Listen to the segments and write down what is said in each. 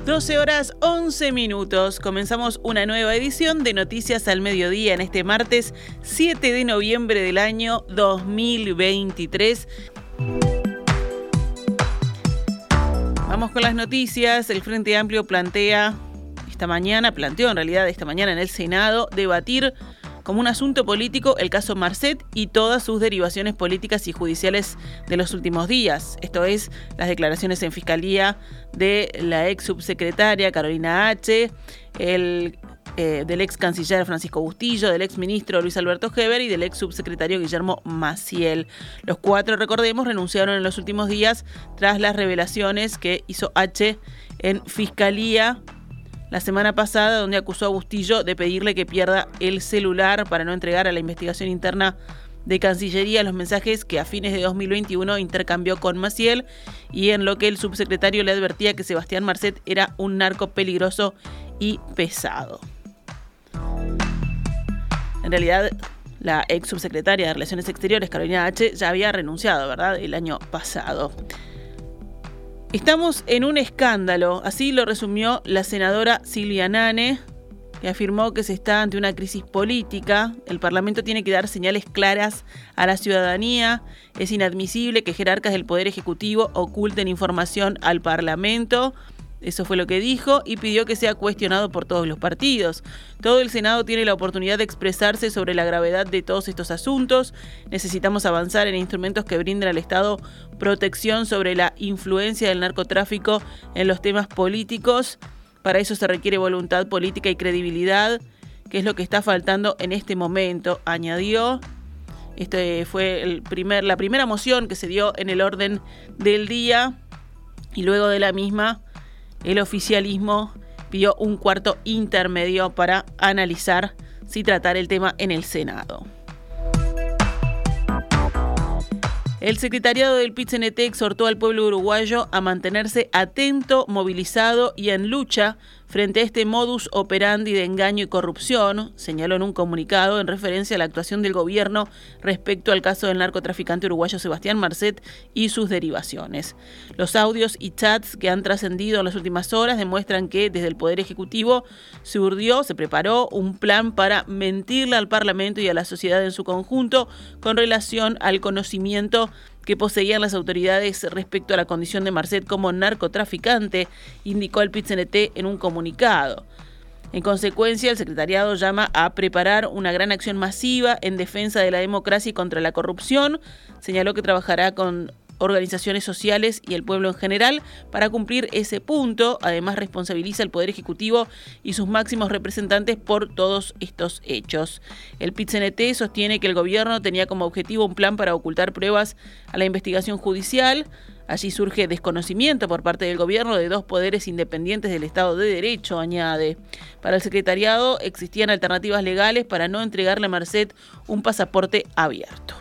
12 horas 11 minutos. Comenzamos una nueva edición de Noticias al Mediodía en este martes 7 de noviembre del año 2023. Vamos con las noticias. El Frente Amplio planteó esta mañana en el Senado debatir como un asunto político el caso Marcet y todas sus derivaciones políticas y judiciales de los últimos días. Esto es, las declaraciones en Fiscalía de la ex subsecretaria Carolina H., del ex canciller Francisco Bustillo, del ex ministro Luis Alberto Heber y del ex subsecretario Guillermo Maciel. Los cuatro, recordemos, renunciaron en los últimos días tras las revelaciones que hizo H. en Fiscalía la semana pasada, donde acusó a Bustillo de pedirle que pierda el celular para no entregar a la investigación interna de Cancillería los mensajes que a fines de 2021 intercambió con Maciel, y en lo que el subsecretario le advertía que Sebastián Marcet era un narco peligroso y pesado. En realidad, la ex subsecretaria de Relaciones Exteriores, Carolina H., ya había renunciado, ¿verdad?, el año pasado. Estamos en un escándalo, así lo resumió la senadora Silvia Nane, que afirmó que se está ante una crisis política. El Parlamento tiene que dar señales claras a la ciudadanía. Es inadmisible que jerarcas del Poder Ejecutivo oculten información al Parlamento. Eso fue lo que dijo, y pidió que sea cuestionado por todos los partidos. Todo el Senado tiene la oportunidad de expresarse sobre la gravedad de todos estos asuntos. Necesitamos avanzar en instrumentos que brinden al Estado protección sobre la influencia del narcotráfico en los temas políticos. Para eso se requiere voluntad política y credibilidad, que es lo que está faltando en este momento, añadió. Fue la primera moción que se dio en el orden del día, y luego de la misma, el oficialismo pidió un cuarto intermedio para analizar si tratar el tema en el Senado. El secretariado del PIT-CNT exhortó al pueblo uruguayo a mantenerse atento, movilizado y en lucha frente a este modus operandi de engaño y corrupción, señaló en un comunicado en referencia a la actuación del gobierno respecto al caso del narcotraficante uruguayo Sebastián Marcet y sus derivaciones. Los audios y chats que han trascendido en las últimas horas demuestran que desde el Poder Ejecutivo se preparó un plan para mentirle al Parlamento y a la sociedad en su conjunto con relación al conocimiento que poseían las autoridades respecto a la condición de Marcet como narcotraficante, indicó el PIT-CNT en un comunicado. En consecuencia, el secretariado llama a preparar una gran acción masiva en defensa de la democracia y contra la corrupción. Señaló que trabajará con organizaciones sociales y el pueblo en general para cumplir ese punto. Además, responsabiliza al Poder Ejecutivo y sus máximos representantes por todos estos hechos. El PIT-CNT sostiene que el gobierno tenía como objetivo un plan para ocultar pruebas a la investigación judicial. Allí surge desconocimiento por parte del gobierno de dos poderes independientes del Estado de Derecho, añade. Para el secretariado existían alternativas legales para no entregarle a Marcet un pasaporte abierto.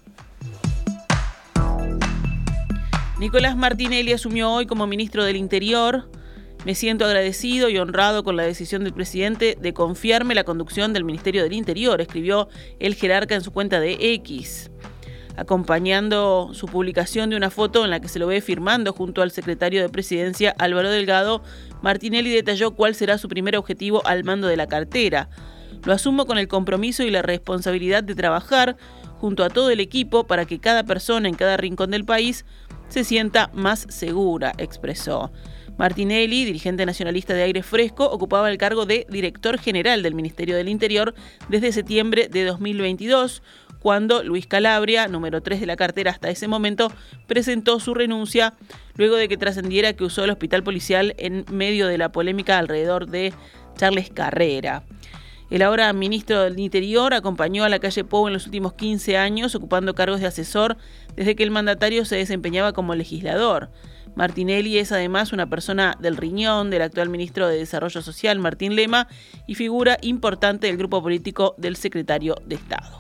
Nicolás Martinelli asumió hoy como ministro del Interior. Me siento agradecido y honrado con la decisión del presidente de confiarme la conducción del Ministerio del Interior, escribió el jerarca en su cuenta de X, acompañando su publicación de una foto en la que se lo ve firmando junto al secretario de Presidencia, Álvaro Delgado. Martinelli detalló cuál será su primer objetivo al mando de la cartera. Lo asumo con el compromiso y la responsabilidad de trabajar junto a todo el equipo para que cada persona en cada rincón del país se sienta más segura, expresó. Martinelli, dirigente nacionalista de Aire Fresco, ocupaba el cargo de director general del Ministerio del Interior desde septiembre de 2022, cuando Luis Calabria, número 3 de la cartera hasta ese momento, presentó su renuncia luego de que trascendiera que usó el hospital policial en medio de la polémica alrededor de Charles Carrera. El ahora ministro del Interior acompañó a la calle Pou en los últimos 15 años, ocupando cargos de asesor desde que el mandatario se desempeñaba como legislador. Martinelli es además una persona del riñón del actual ministro de Desarrollo Social, Martín Lema, y figura importante del grupo político del secretario de Estado.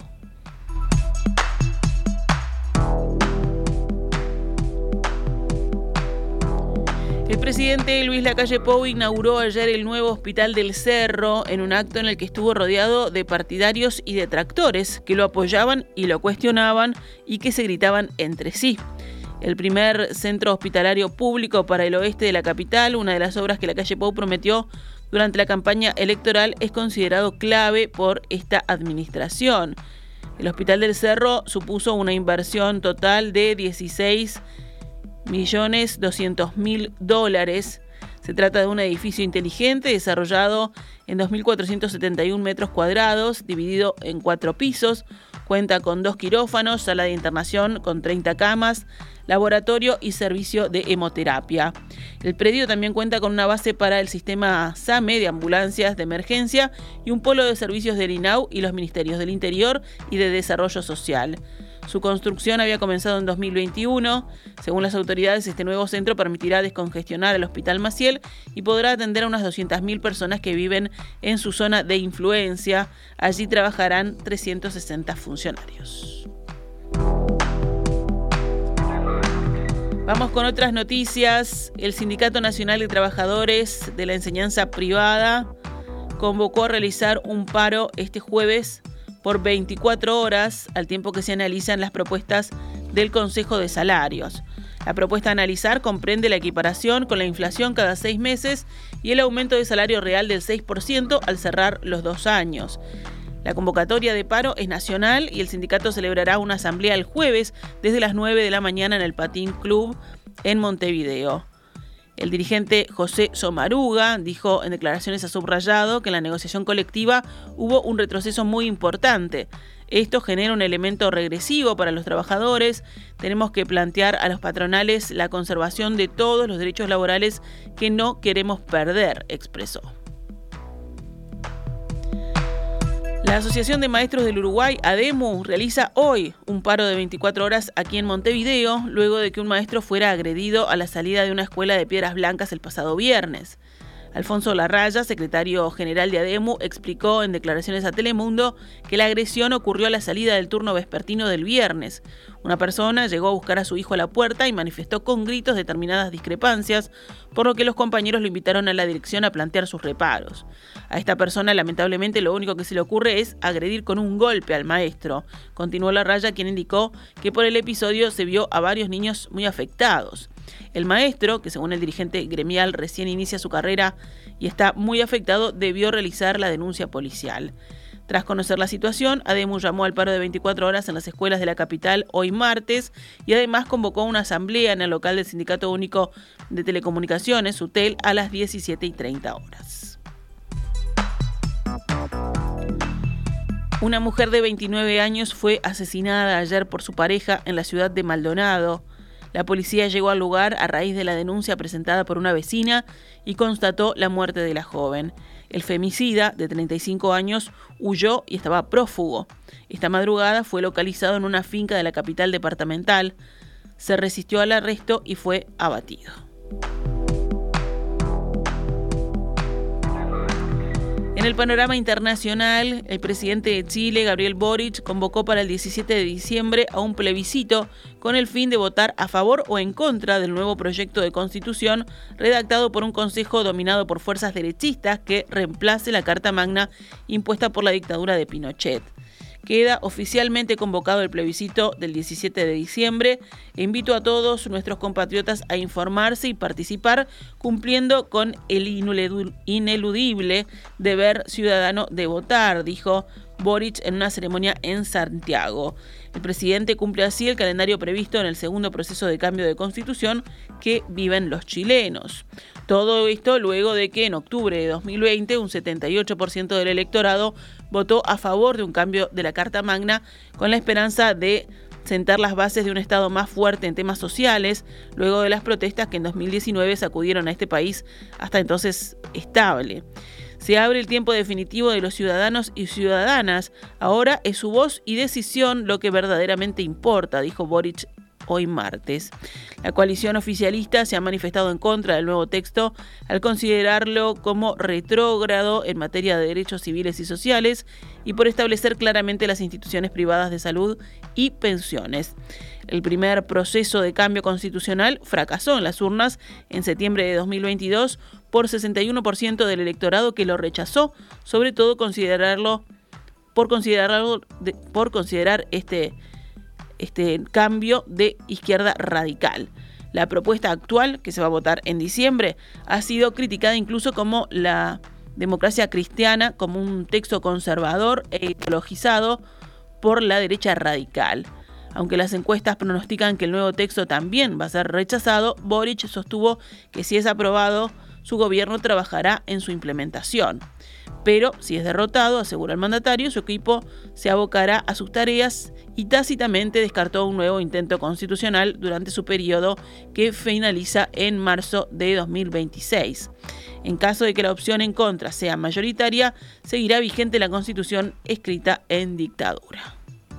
El presidente Luis Lacalle Pou inauguró ayer el nuevo Hospital del Cerro en un acto en el que estuvo rodeado de partidarios y detractores que lo apoyaban y lo cuestionaban y que se gritaban entre sí. El primer centro hospitalario público para el oeste de la capital, una de las obras que la calle Pou prometió durante la campaña electoral, es considerado clave por esta administración. El Hospital del Cerro supuso una inversión total de $16.200.000. Se trata de un edificio inteligente desarrollado en 2.471 metros cuadrados, dividido en 4 pisos. Cuenta con 2 quirófanos, sala de internación con 30 camas, laboratorio y servicio de hemoterapia. El predio también cuenta con una base para el sistema SAME de ambulancias de emergencia y un polo de servicios del INAU y los ministerios del Interior y de Desarrollo Social. Su construcción había comenzado en 2021. Según las autoridades, este nuevo centro permitirá descongestionar el Hospital Maciel y podrá atender a unas 200.000 personas que viven en su zona de influencia. Allí trabajarán 360 funcionarios. Vamos con otras noticias. El Sindicato Nacional de Trabajadores de la Enseñanza Privada convocó a realizar un paro este jueves por 24 horas, al tiempo que se analizan las propuestas del Consejo de Salarios. La propuesta a analizar comprende la equiparación con la inflación cada 6 meses y el aumento de salario real del 6% al cerrar los 2 años. La convocatoria de paro es nacional y el sindicato celebrará una asamblea el jueves desde las 9 de la mañana en el Patín Club en Montevideo. El dirigente José Somaruga dijo en declaraciones a Subrayado que en la negociación colectiva hubo un retroceso muy importante. Esto genera un elemento regresivo para los trabajadores. Tenemos que plantear a los patronales la conservación de todos los derechos laborales que no queremos perder, expresó. La Asociación de Maestros del Uruguay, ADEMU, realiza hoy un paro de 24 horas aquí en Montevideo, luego de que un maestro fuera agredido a la salida de una escuela de Piedras Blancas el pasado viernes. Alfonso Larraya, secretario general de ADEMU, explicó en declaraciones a Telemundo que la agresión ocurrió a la salida del turno vespertino del viernes. Una persona llegó a buscar a su hijo a la puerta y manifestó con gritos determinadas discrepancias, por lo que los compañeros lo invitaron a la dirección a plantear sus reparos. A esta persona, lamentablemente, lo único que se le ocurre es agredir con un golpe al maestro. Continuó Larraya, quien indicó que por el episodio se vio a varios niños muy afectados. El maestro, que según el dirigente gremial recién inicia su carrera y está muy afectado, debió realizar la denuncia policial. Tras conocer la situación, ADEMU llamó al paro de 24 horas en las escuelas de la capital hoy martes y además convocó una asamblea en el local del Sindicato Único de Telecomunicaciones, SUTEL, a las 17:30 horas. Una mujer de 29 años fue asesinada ayer por su pareja en la ciudad de Maldonado. La policía llegó al lugar a raíz de la denuncia presentada por una vecina y constató la muerte de la joven. El femicida, de 35 años, huyó y estaba prófugo. Esta madrugada fue localizado en una finca de la capital departamental. Se resistió al arresto y fue abatido. En el panorama internacional, el presidente de Chile, Gabriel Boric, convocó para el 17 de diciembre a un plebiscito con el fin de votar a favor o en contra del nuevo proyecto de constitución redactado por un consejo dominado por fuerzas derechistas que reemplace la Carta Magna impuesta por la dictadura de Pinochet. Queda oficialmente convocado el plebiscito del 17 de diciembre e invito a todos nuestros compatriotas a informarse y participar cumpliendo con el ineludible deber ciudadano de votar, dijo Boric en una ceremonia en Santiago. El presidente cumple así el calendario previsto en el segundo proceso de cambio de constitución que viven los chilenos. Todo esto luego de que en octubre de 2020 un 78% del electorado votó a favor de un cambio de la Carta Magna con la esperanza de sentar las bases de un Estado más fuerte en temas sociales, luego de las protestas que en 2019 sacudieron a este país hasta entonces estable. Se abre el tiempo definitivo de los ciudadanos y ciudadanas. Ahora es su voz y decisión lo que verdaderamente importa, dijo Boric hoy martes. La coalición oficialista se ha manifestado en contra del nuevo texto al considerarlo como retrógrado en materia de derechos civiles y sociales y por establecer claramente las instituciones privadas de salud y pensiones. El primer proceso de cambio constitucional fracasó en las urnas en septiembre de 2022 por 61% del electorado que lo rechazó, sobre todo por considerar este cambio de izquierda radical. La propuesta actual, que se va a votar en diciembre, ha sido criticada incluso como la democracia cristiana, como un texto conservador e ideologizado por la derecha radical. Aunque las encuestas pronostican que el nuevo texto también va a ser rechazado, Boric sostuvo que si es aprobado, su gobierno trabajará en su implementación. Pero si es derrotado, asegura el mandatario, su equipo se abocará a sus tareas y tácitamente descartó un nuevo intento constitucional durante su periodo que finaliza en marzo de 2026. En caso de que la opción en contra sea mayoritaria, seguirá vigente la Constitución escrita en dictadura.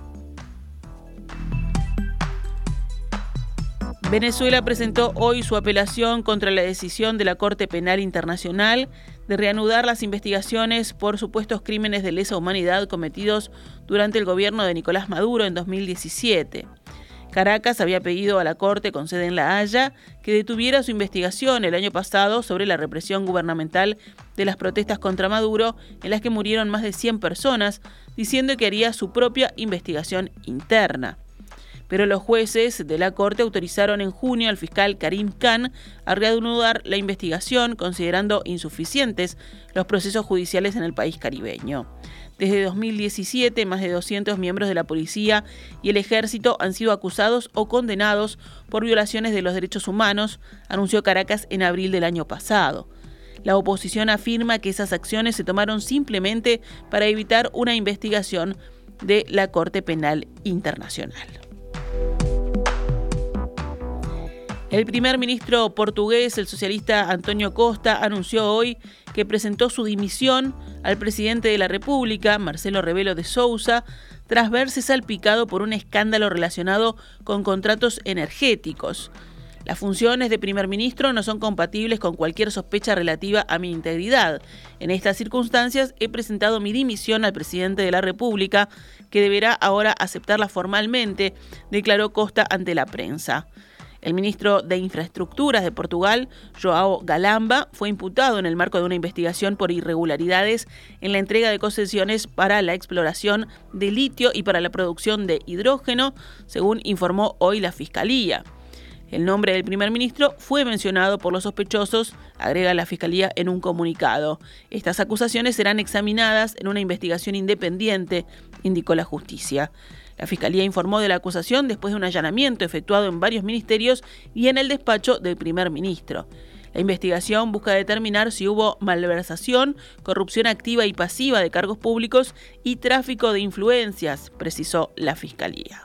Venezuela presentó hoy su apelación contra la decisión de la Corte Penal Internacional de reanudar las investigaciones por supuestos crímenes de lesa humanidad cometidos durante el gobierno de Nicolás Maduro en 2017. Caracas había pedido a la Corte con sede en La Haya que detuviera su investigación el año pasado sobre la represión gubernamental de las protestas contra Maduro, en las que murieron más de 100 personas, diciendo que haría su propia investigación interna. Pero los jueces de la Corte autorizaron en junio al fiscal Karim Khan a reanudar la investigación, considerando insuficientes los procesos judiciales en el país caribeño. Desde 2017, más de 200 miembros de la policía y el ejército han sido acusados o condenados por violaciones de los derechos humanos, anunció Caracas en abril del año pasado. La oposición afirma que esas acciones se tomaron simplemente para evitar una investigación de la Corte Penal Internacional. El primer ministro portugués, el socialista António Costa, anunció hoy que presentó su dimisión al presidente de la República, Marcelo Rebelo de Sousa, tras verse salpicado por un escándalo relacionado con contratos energéticos. Las funciones de primer ministro no son compatibles con cualquier sospecha relativa a mi integridad. En estas circunstancias he presentado mi dimisión al presidente de la República, que deberá ahora aceptarla formalmente, declaró Costa ante la prensa. El ministro de Infraestructuras de Portugal, João Galamba, fue imputado en el marco de una investigación por irregularidades en la entrega de concesiones para la exploración de litio y para la producción de hidrógeno, según informó hoy la Fiscalía. El nombre del primer ministro fue mencionado por los sospechosos, agrega la Fiscalía en un comunicado. Estas acusaciones serán examinadas en una investigación independiente, indicó la justicia. La Fiscalía informó de la acusación después de un allanamiento efectuado en varios ministerios y en el despacho del primer ministro. La investigación busca determinar si hubo malversación, corrupción activa y pasiva de cargos públicos y tráfico de influencias, precisó la Fiscalía.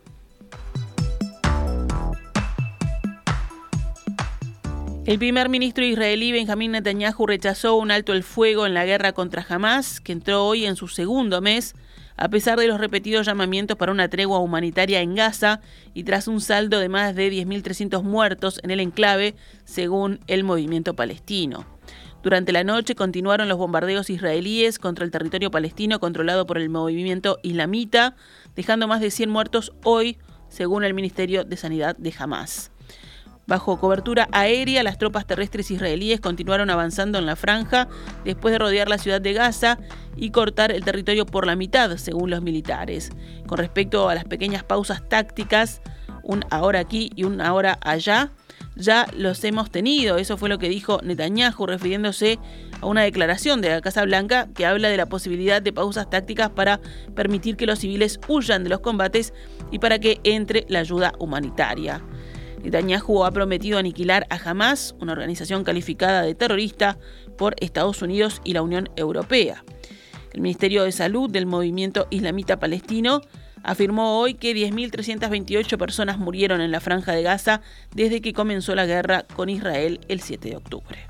El primer ministro israelí Benjamín Netanyahu rechazó un alto el fuego en la guerra contra Hamás, que entró hoy en su segundo mes, a pesar de los repetidos llamamientos para una tregua humanitaria en Gaza y tras un saldo de más de 10.300 muertos en el enclave, según el movimiento palestino. Durante la noche continuaron los bombardeos israelíes contra el territorio palestino controlado por el movimiento islamita, dejando más de 100 muertos hoy, según el Ministerio de Sanidad de Hamás. Bajo cobertura aérea, las tropas terrestres israelíes continuaron avanzando en la franja después de rodear la ciudad de Gaza y cortar el territorio por la mitad, según los militares. Con respecto a las pequeñas pausas tácticas, una hora aquí y una hora allá, ya los hemos tenido. Eso fue lo que dijo Netanyahu, refiriéndose a una declaración de la Casa Blanca que habla de la posibilidad de pausas tácticas para permitir que los civiles huyan de los combates y para que entre la ayuda humanitaria. Netanyahu ha prometido aniquilar a Hamás, una organización calificada de terrorista por Estados Unidos y la Unión Europea. El Ministerio de Salud del movimiento islamita palestino afirmó hoy que 10.328 personas murieron en la franja de Gaza desde que comenzó la guerra con Israel el 7 de octubre.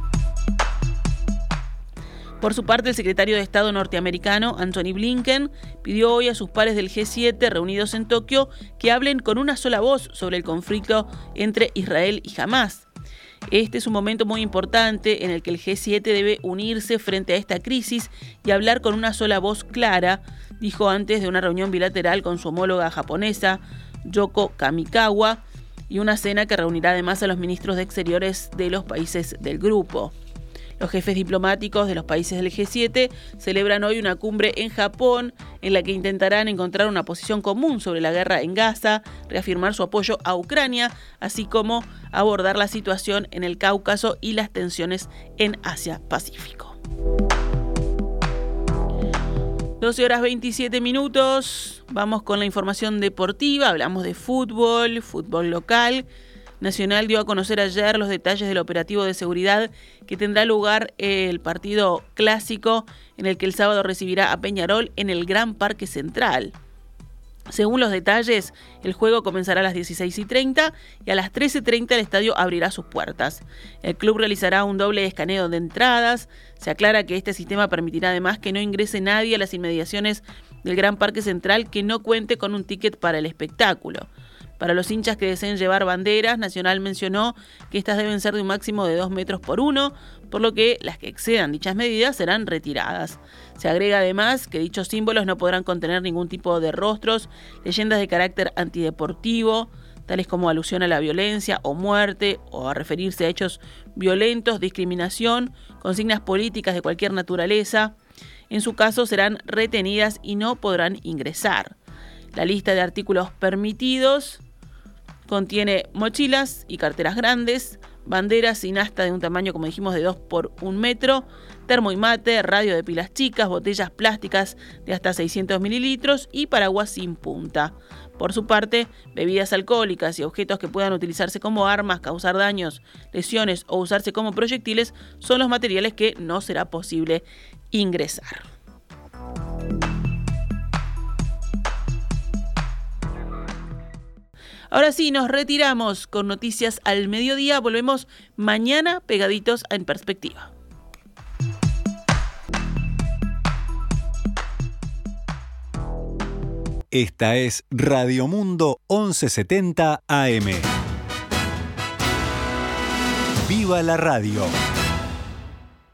Por su parte, el secretario de Estado norteamericano, Antony Blinken, pidió hoy a sus pares del G7 reunidos en Tokio que hablen con una sola voz sobre el conflicto entre Israel y Hamás. Este es un momento muy importante en el que el G7 debe unirse frente a esta crisis y hablar con una sola voz clara, dijo antes de una reunión bilateral con su homóloga japonesa, Yoko Kamikawa, y una cena que reunirá además a los ministros de Exteriores de los países del grupo. Los jefes diplomáticos de los países del G7 celebran hoy una cumbre en Japón en la que intentarán encontrar una posición común sobre la guerra en Gaza, reafirmar su apoyo a Ucrania, así como abordar la situación en el Cáucaso y las tensiones en Asia-Pacífico. 12:27. Vamos con la información deportiva. Hablamos de fútbol local. Nacional dio a conocer ayer los detalles del operativo de seguridad que tendrá lugar el partido clásico en el que el sábado recibirá a Peñarol en el Gran Parque Central. Según los detalles, el juego comenzará a las 16:30 y a las 13:30 el estadio abrirá sus puertas. El club realizará un doble escaneo de entradas. Se aclara que este sistema permitirá además que no ingrese nadie a las inmediaciones del Gran Parque Central que no cuente con un ticket para el espectáculo. Para los hinchas que deseen llevar banderas, Nacional mencionó que estas deben ser de un máximo de 2 metros por 1, por lo que las que excedan dichas medidas serán retiradas. Se agrega además que dichos símbolos no podrán contener ningún tipo de rostros, leyendas de carácter antideportivo, tales como alusión a la violencia o muerte, o a referirse a hechos violentos, discriminación, consignas políticas de cualquier naturaleza. En su caso serán retenidas y no podrán ingresar. La lista de artículos permitidos contiene mochilas y carteras grandes, banderas sin asta de un tamaño, como dijimos, de 2 por 1 metro, termo y mate, radio de pilas chicas, botellas plásticas de hasta 600 mililitros y paraguas sin punta. Por su parte, bebidas alcohólicas y objetos que puedan utilizarse como armas, causar daños, lesiones o usarse como proyectiles son los materiales que no será posible ingresar. Ahora sí, nos retiramos con Noticias al Mediodía. Volvemos mañana pegaditos a En Perspectiva. Esta es Radio Mundo 1170 AM. ¡Viva la radio!